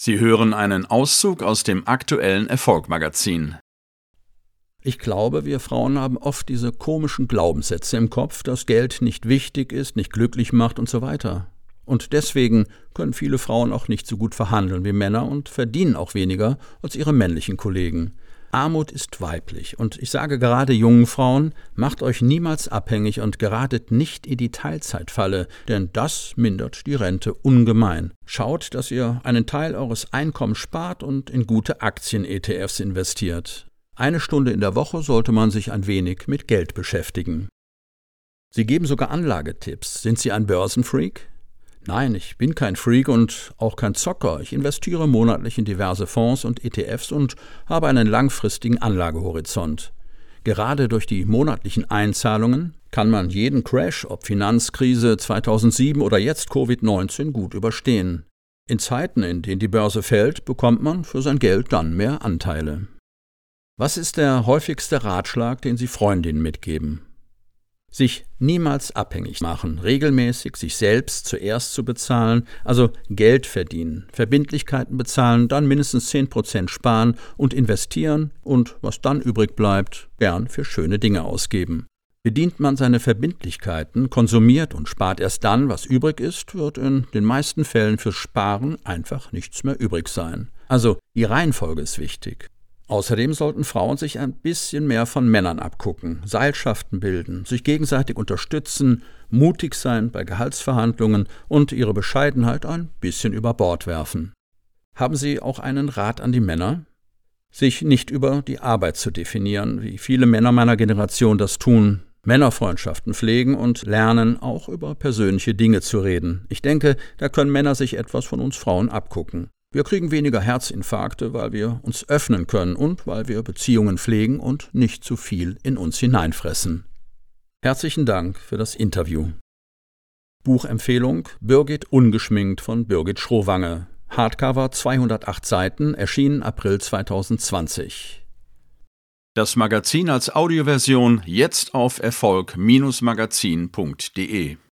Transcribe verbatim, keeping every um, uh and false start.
Sie hören einen Auszug aus dem aktuellen Erfolg-Magazin. Ich glaube, wir Frauen haben oft diese komischen Glaubenssätze im Kopf, dass Geld nicht wichtig ist, nicht glücklich macht und so weiter. Und deswegen können viele Frauen auch nicht so gut verhandeln wie Männer und verdienen auch weniger als ihre männlichen Kollegen. Armut ist weiblich und ich sage gerade jungen Frauen, macht euch niemals abhängig und geratet nicht in die Teilzeitfalle, denn das mindert die Rente ungemein. Schaut, dass ihr einen Teil eures Einkommens spart und in gute Aktien-E T Fs investiert. Eine Stunde in der Woche sollte man sich ein wenig mit Geld beschäftigen. Sie geben sogar Anlagetipps. Sind Sie ein Börsenfreak? Nein, ich bin kein Freak und auch kein Zocker. Ich investiere monatlich in diverse Fonds und E T Fs und habe einen langfristigen Anlagehorizont. Gerade durch die monatlichen Einzahlungen kann man jeden Crash, ob Finanzkrise zweitausendsieben oder jetzt Covid neunzehn, gut überstehen. In Zeiten, in denen die Börse fällt, bekommt man für sein Geld dann mehr Anteile. Was ist der häufigste Ratschlag, den Sie Freundinnen mitgeben? Sich niemals abhängig machen, regelmäßig sich selbst zuerst zu bezahlen, also Geld verdienen, Verbindlichkeiten bezahlen, dann mindestens zehn Prozent sparen und investieren und was dann übrig bleibt, gern für schöne Dinge ausgeben. Bedient man seine Verbindlichkeiten, konsumiert und spart erst dann, was übrig ist, wird in den meisten Fällen fürs Sparen einfach nichts mehr übrig sein. Also die Reihenfolge ist wichtig. Außerdem sollten Frauen sich ein bisschen mehr von Männern abgucken, Seilschaften bilden, sich gegenseitig unterstützen, mutig sein bei Gehaltsverhandlungen und ihre Bescheidenheit ein bisschen über Bord werfen. Haben Sie auch einen Rat an die Männer? Sich nicht über die Arbeit zu definieren, wie viele Männer meiner Generation das tun, Männerfreundschaften pflegen und lernen, auch über persönliche Dinge zu reden. Ich denke, da können Männer sich etwas von uns Frauen abgucken. Wir kriegen weniger Herzinfarkte, weil wir uns öffnen können und weil wir Beziehungen pflegen und nicht zu viel in uns hineinfressen. Herzlichen Dank für das Interview. Buchempfehlung: Birgit ungeschminkt von Birgit Schrowange. Hardcover, zweihundertacht Seiten, erschienen April zweitausendzwanzig. Das Magazin als Audioversion jetzt auf erfolg Bindestrich magazin punkt de.